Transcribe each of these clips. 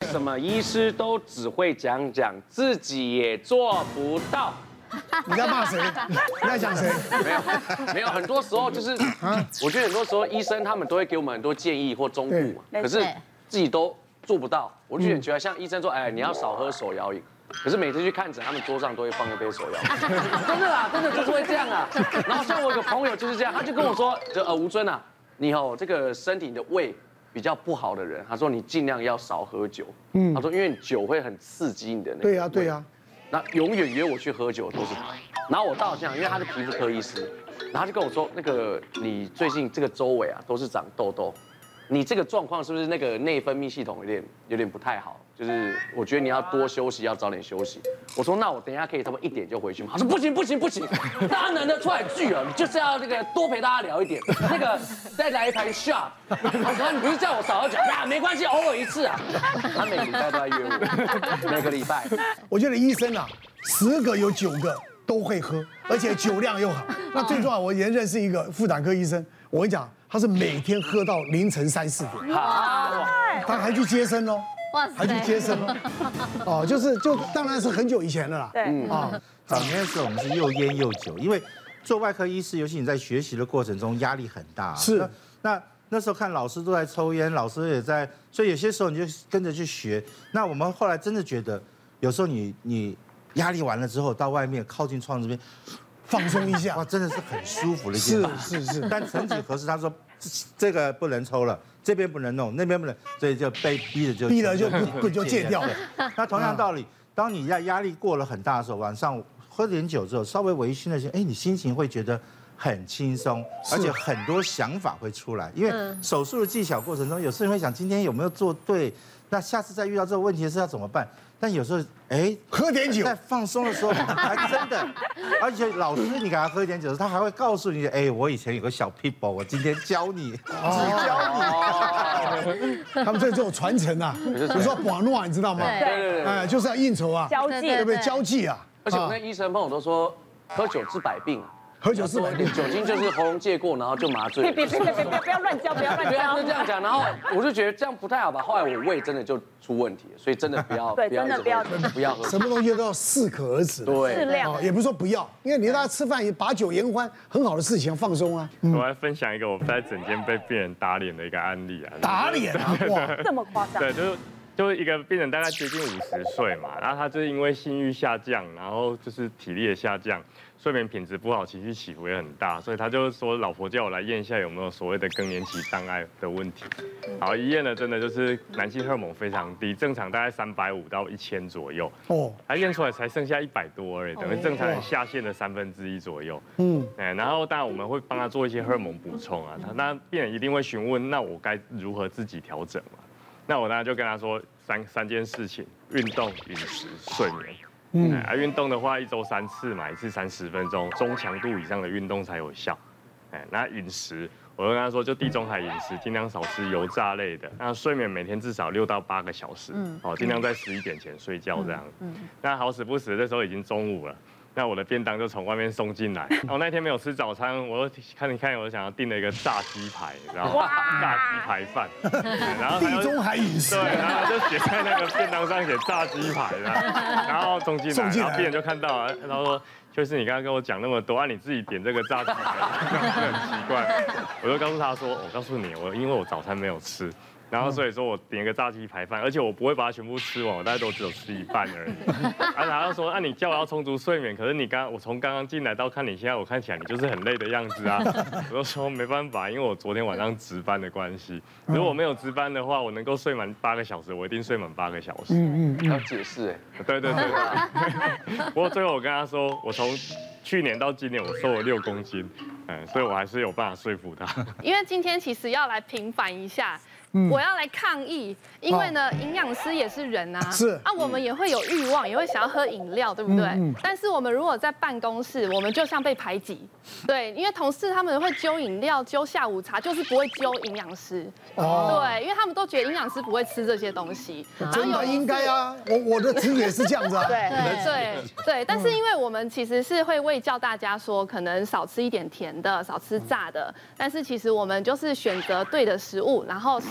什么医师都只会讲讲，自己也做不到？ 你在骂谁？你在讲谁？ 没有，很多时候就是我觉得很多时候医生他们都会给我们很多建议或忠告嘛，可是自己都做不到。我就觉得像医生说，哎，你要少喝手摇饮。可是每次去看诊，他们桌上都会放一杯手摇饮，真的啦，真的就是会这样啊。然后像我有个朋友就是这样，他就跟我说，吴尊啊，你这个身体的胃比较不好的人，他说你尽量要少喝酒。他说因为酒会很刺激你的那个。对呀。那永远约我去喝酒都是他。然后我到这样，因为他是皮肤科医师，然后他就跟我说，那个你最近这个周围啊都是长痘痘，你这个状况是不是那个内分泌系统有点不太好？就是我觉得你要多休息，要早点休息。我说那我等一下可以差不多1点就回去吗？他说不行，大家难得出来聚啊，你就是要那个多陪大家聊一点，那个再来一盘 shot。我说你不是叫我少喝酒呀？没关系，偶尔一次啊。他每个礼拜都在约我，每个礼拜。 我觉得医生啊，10个有9个都会喝，而且酒量又好。那最重要，我以前认识一个妇产科医生，我跟你讲，他是每天喝到凌晨3、4点，他还去接生哦。还去接生哦，就当然是很久以前了啦。 对， 早年的时候我们是又烟又酒，因为做外科医师，尤其你在学习的过程中压力很大。 是， 那时候看老师都在抽烟，老师也在，所以有些时候你就跟着去学。那我们后来真的觉得，有时候你压力完了之后，到外面靠近窗这边放松一下， 哇，真的是很舒服的一件事。是。但曾几何时，他说这个不能抽了。这边不能弄，那边不能，所以就被逼了就戒掉了。那同样道理，当你压力过了很大的时候，晚上喝点酒之后，稍微微醺了些，哎，你心情会觉得很轻松，而且很多想法会出来。因为手术的技巧过程中，有时候会想今天有没有做对，那下次再遇到这个问题的时候要怎么办？但有时候，哎， 喝点酒， 在放松的时候，还真的，而且老师你给他喝一点酒，他还会告诉你，哎，我以前有个小 people， 我今天教你，只教你。 他们这种传承啊，有时候把诺你知道吗？ 对， 哎，就是要应酬啊， 交际， 对不对？交际啊。 而且我那医生朋友都说，喝酒治百病。 喝酒治百病， 酒精就是喉咙借过，然后就麻醉。 别不要乱教，不要乱教。 对啊，就这样讲。然后我就觉得这样不太好吧。后来我胃真的就出问题了，所以真的不要喝。 什么东西都要适可而止。 对， 适量。 也不是说不要，因为你大家吃饭也把酒言欢，很好的事情，放松啊。 我来分享一个我在诊间被病人打脸的一个案例啊。 打脸啊！哇， 这么夸张？ 对，就是一个病人大概接近50岁嘛，然后他就是因为性欲下降，然后就是体力也下降，睡眠品质不好，情绪起伏也很大，所以他就说老婆叫我来验一下有没有所谓的更年期障碍的问题。好，一验呢，真的就是男性荷尔蒙非常低，正常大概350到1000左右。他验出来才剩下100多而已，等于正常人下限的1/3左右。然后当然我们会帮他做一些荷尔蒙补充啊，那病人一定会询问，那我该如何自己调整嘛？那我当然就跟他说三件事情：运动、饮食、睡眠。运动的话，1周3次嘛，1次30分钟，中强度以上的运动才有效。那饮食，我就跟他说，就地中海饮食，尽量少吃油炸类的。那睡眠每天至少6到8个小时，尽量在11点前睡觉这样。那好死不死，这时候已经中午了。那我的便当就从外面送进来。我那天没有吃早餐，我就看，我想要订了一个炸鸡排，然后炸鸡排饭，然后地中海饮食， 对，然后就写在那个便当上写炸鸡排的，然后送进来，然后病人就看到了，然后说，就是你刚刚跟我讲那么多，你自己点这个炸鸡排，很奇怪。我就告诉他说，我告诉你，因为我早餐没有吃。然后所以说我点一个炸鸡排饭，而且我不会把它全部吃完，我大概都只有吃一半而已。然后说，你叫我要充足睡眠，可是我从刚刚进来到看你现在，我看起来你就是很累的样子啊。我就说没办法，因为我昨天晚上值班的关系，如果没有值班的话，我能够睡满8个小时，我一定睡满8个小时。 要解释对。不过最后我跟他说，我从去年到今年我瘦了6公斤，所以我还是有办法说服他。 因为今天其实要来平反一下。我要来抗议，因为呢，营养师也是人啊，我们也会有欲望，也会想要喝饮料，对不对？但是我们如果在办公室，我们就像被排挤，对，因为同事他们会揪饮料、揪下午茶，就是不会揪营养师，对，因为他们都觉得营养师不会吃这些东西。 真的应该啊，我的职也是这样子啊。 对，但是因为我们其实是会喂教大家说，可能少吃一点甜的，少吃炸的，但是其实我们就是选择对的食物，然后少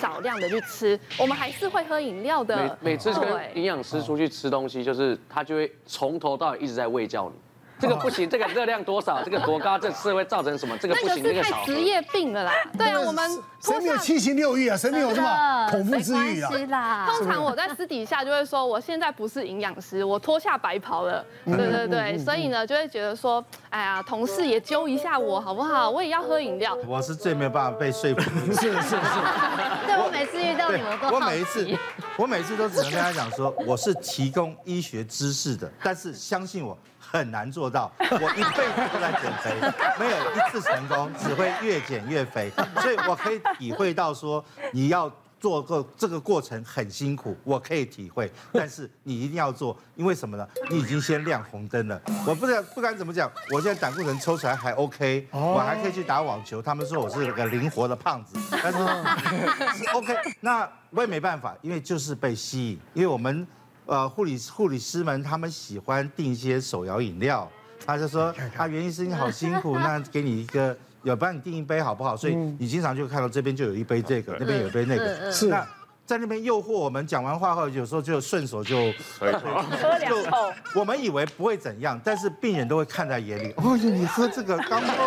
少量的去吃，我们还是会喝饮料的。 每次跟营养师出去吃东西，就是他就会从头到尾一直在喂教你。这个不行，这个热量多少，这个多高，这吃会造成什么？这个不行，这个少。 那个是太职业病了啦。对啊，我们谁没有7情6欲啊？谁没有这么口腹之欲啊？通常我在私底下就会说，我现在不是营养师，我脱下白袍了。对，所以呢，就会觉得说，哎呀，同事也揪一下我好不好？我也要喝饮料。 我是最没有办法被说服。 是。 对，我每次遇到你， 我每次都只能跟他讲说，我是提供医学知识的，但是相信我。很难做到，我一辈子都在减肥，没有一次成功，只会越减越肥。所以我可以体会到说，你要做这个过程很辛苦，我可以体会，但是你一定要做，因为什么呢？你已经先亮红灯了。我不管怎么讲，我现在胆固醇抽出来还 OK， 我还可以去打网球。他们说我是个灵活的胖子，但是 OK， 那我也没办法，因为就是被吸引，因为我们。护理师们他们喜欢订一些手摇饮料，他就说袁医师你好辛苦，那给你一个帮你订一杯好不好？所以你经常就看到这边就有一杯这个，那边有一杯那个，是那在那边诱惑我们。讲完话后，有时候就顺手就喝2口。 我们以为不会怎样，但是病人都会看在眼里。哦，你喝这个刚够。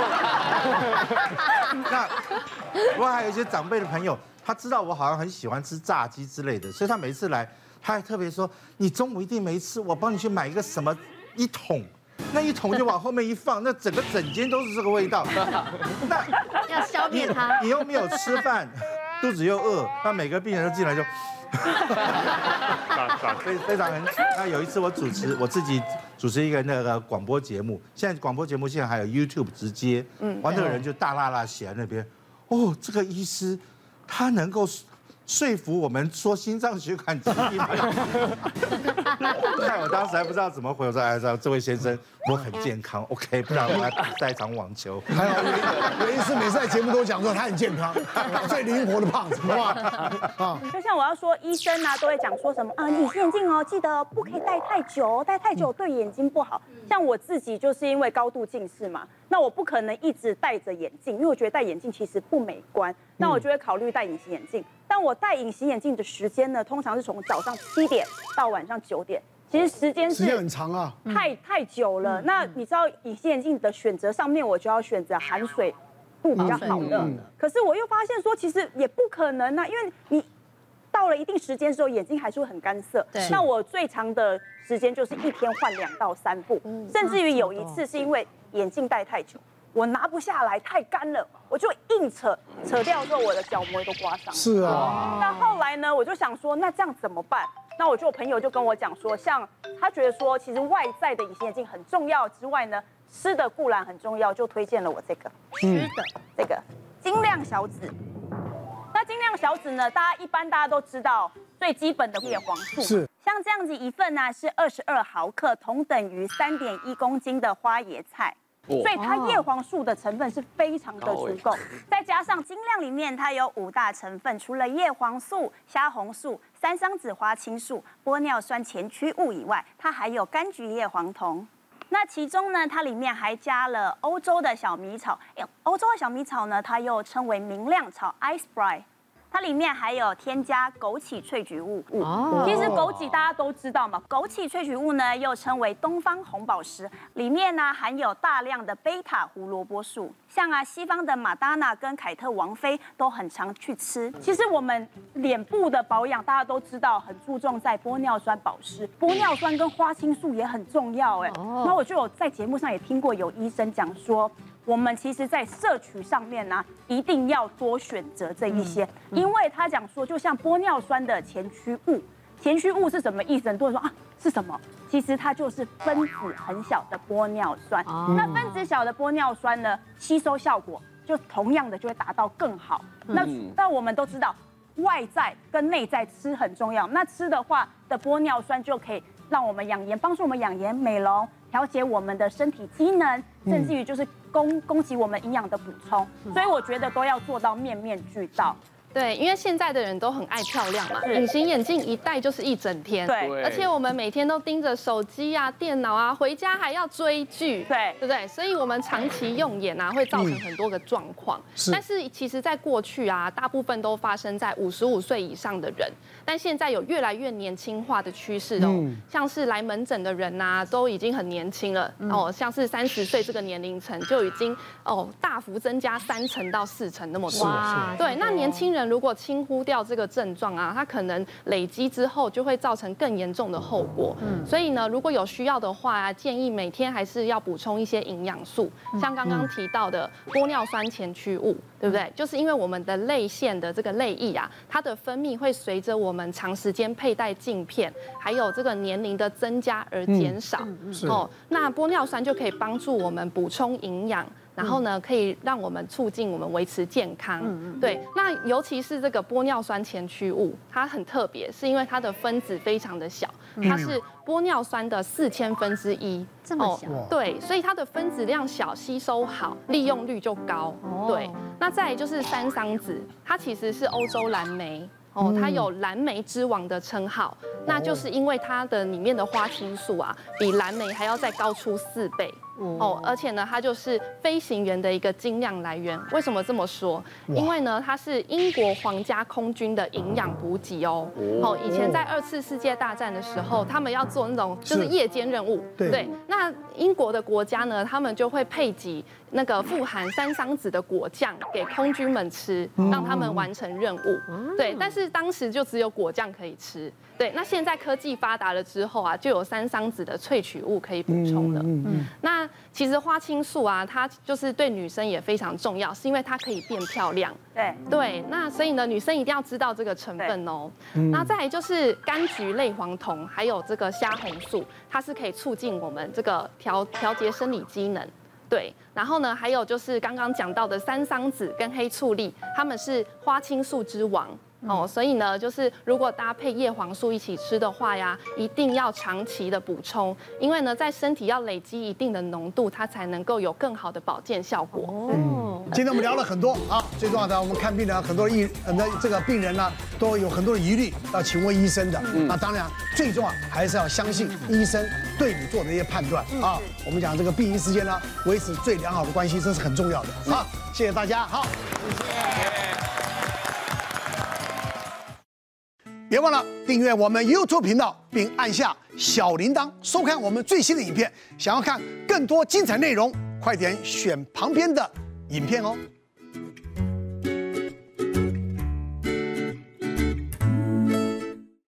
那不过还有一些长辈的朋友，他知道我好像很喜欢吃炸鸡之类的，所以他每一次来。他还特别说：“你中午一定没吃，我帮你去买一个什么1桶，那1桶就往后面一放，那整间都是这个味道。那要消灭它。 你又没有吃饭，肚子又饿，那每个病人都进来就，非常很。那有一次我自己主持一个那个广播节目，现在广播节目现在还有 YouTube 直接，完那个人就大辣辣写在那边，哦，这个医师他能够。”说服我们说心脏血管疾病，看我当时还不知道怎么回，我说：“哎，这位先生，我很健康 ，OK， 不然我来比赛一场网球。” 还有袁医师每次在节目都讲说他很健康，最灵活的胖子，好吧？ 就像我要说，医生啊都会讲说什么啊，隐形眼镜哦，记得不可以戴太久，戴太久对眼睛不好。像我自己就是因为高度近视嘛，那我不可能一直戴着眼镜，因为我觉得戴眼镜其实不美观，那我就会考虑戴隐形眼镜。但我戴隐形眼镜的时间呢，通常是从早上7点到晚上9点，其实时间很长啊， 太久了。那你知道隐形眼镜的选择上面，我就要选择含水度比较好的。可是我又发现说，其实也不可能啊，因为你到了一定时间之后，眼睛还是会很干涩。那我最长的时间就是1天换2到3副，甚至于有一次是因为眼镜戴太久。我拿不下来，太干了，我就硬扯掉之后，我的角膜都刮伤。 是啊。 那后来呢，我就想说，那这样怎么办？那我朋友就跟我讲说，像他觉得说，其实外在的隐形眼镜很重要之外呢，吃的固然很重要，就推荐了我这个吃的这个精亮小子。那精亮小子呢，大家都知道最基本的叶黄素， 是像这样子一份呢是22毫克，同等于3.1公斤的花椰菜。所以它叶黄素的成分是非常的足够，再加上精亮里面它有5大成分，除了叶黄素、虾红素、3桑子花青素、玻尿酸前驱物以外，它还有柑橘叶黄酮。那其中呢，它里面还加了欧洲的小米草，欧洲的小米草呢，它又称为明亮草 （Ice Bright）。它里面还有添加枸杞萃取物。其实枸杞大家都知道嘛，枸杞萃取物呢又称为东方红宝石，里面呢含有大量的贝塔胡萝卜素。像西方的马达娜跟凯特王妃都很常去吃。其实我们脸部的保养大家都知道，很注重在玻尿酸保湿，玻尿酸跟花青素也很重要那我就有在节目上也听过有医生讲说。我们其实，在摄取上面呢，一定要多选择这一些，因为他讲说，就像玻尿酸的前驱物，前驱物是什么意思？很多人说啊，是什么？其实它就是分子很小的玻尿酸。那分子小的玻尿酸呢，吸收效果就同样的就会达到更好。那我们都知道，外在跟内在吃很重要。那吃的话的玻尿酸就可以让我们养颜，帮助我们养颜美容，调节我们的身体机能，甚至于就是供给我们营养的补充。所以我觉得都要做到面面俱到。 对，因为现在的人都很爱漂亮嘛，隐形眼镜一戴就是一整天。 对， 而且我们每天都盯着手机啊、电脑啊，回家还要追剧，对不对？所以我们长期用眼啊，会造成很多个状况。但是其实，在过去啊，大部分都发生在55岁以上的人，但现在有越来越年轻化的趋势哦。像是来门诊的人呐，都已经很年轻了哦，像是30岁这个年龄层就已经大幅增加3成到4成那么多。对，那年轻人如果轻忽掉这个症状啊，他可能累积之后就会造成更严重的后果。所以呢，如果有需要的话啊，建议每天还是要补充一些营养素，像刚刚提到的玻尿酸前驱物，对不对？就是因为我们的泪腺的这个泪液啊，它的分泌会随着我们长时间佩戴镜片，还有这个年龄的增加而减少。那玻尿酸就可以帮助我们补充营养。然后呢，可以让我们促进我们维持健康。对，那尤其是这个玻尿酸前驱物，它很特别，是因为它的分子非常的小，它是玻尿酸的4000分之一， 这么小。 对，所以它的分子量小，吸收好，利用率就高。对，那再来就是山桑子，它其实是欧洲蓝莓。它有蓝莓之王的称号，那就是因为它的里面的花青素啊，比蓝莓还要再高出4倍。而且呢，它就是飞行员的一个精量来源。为什么这么说？因为呢，它是英国皇家空军的营养补给哦。以前在2次世界大战的时候，他们要做那种就是夜间任务。对。那英国的国家呢，他们就会配给那个富含山桑子的果酱给空军们吃，让他们完成任务。对。但是当时就只有果酱可以吃。对。那现在科技发达了之后啊，就有山桑子的萃取物可以补充了。那其实花青素啊，它就是对女生也非常重要，是因为它可以变漂亮。对，那所以呢，女生一定要知道这个成分哦。那再来就是柑橘类黄酮，还有这个虾红素，它是可以促进我们这个调节生理机能。对，然后呢，还有就是刚刚讲到的山桑子跟黑醋栗，它们是花青素之王。所以呢，就是如果搭配叶黄素一起吃的话呀，一定要长期的补充，因为呢，在身体要累积一定的浓度，它才能够有更好的保健效果。 今天我们聊了很多啊，最重要的，我们看病人很多这个病人呢，都有很多的疑虑要请问医生的。那当然，最重要还是要相信医生对你做的一些判断啊。我们讲这个病医之间呢，维持最良好的关系，这是很重要的。好，谢谢大家，好，谢谢。别忘了订阅我们 YouTube 频道，并按下小铃铛，收看我们最新的影片。想要看更多精彩内容，快点选旁边的影片哦。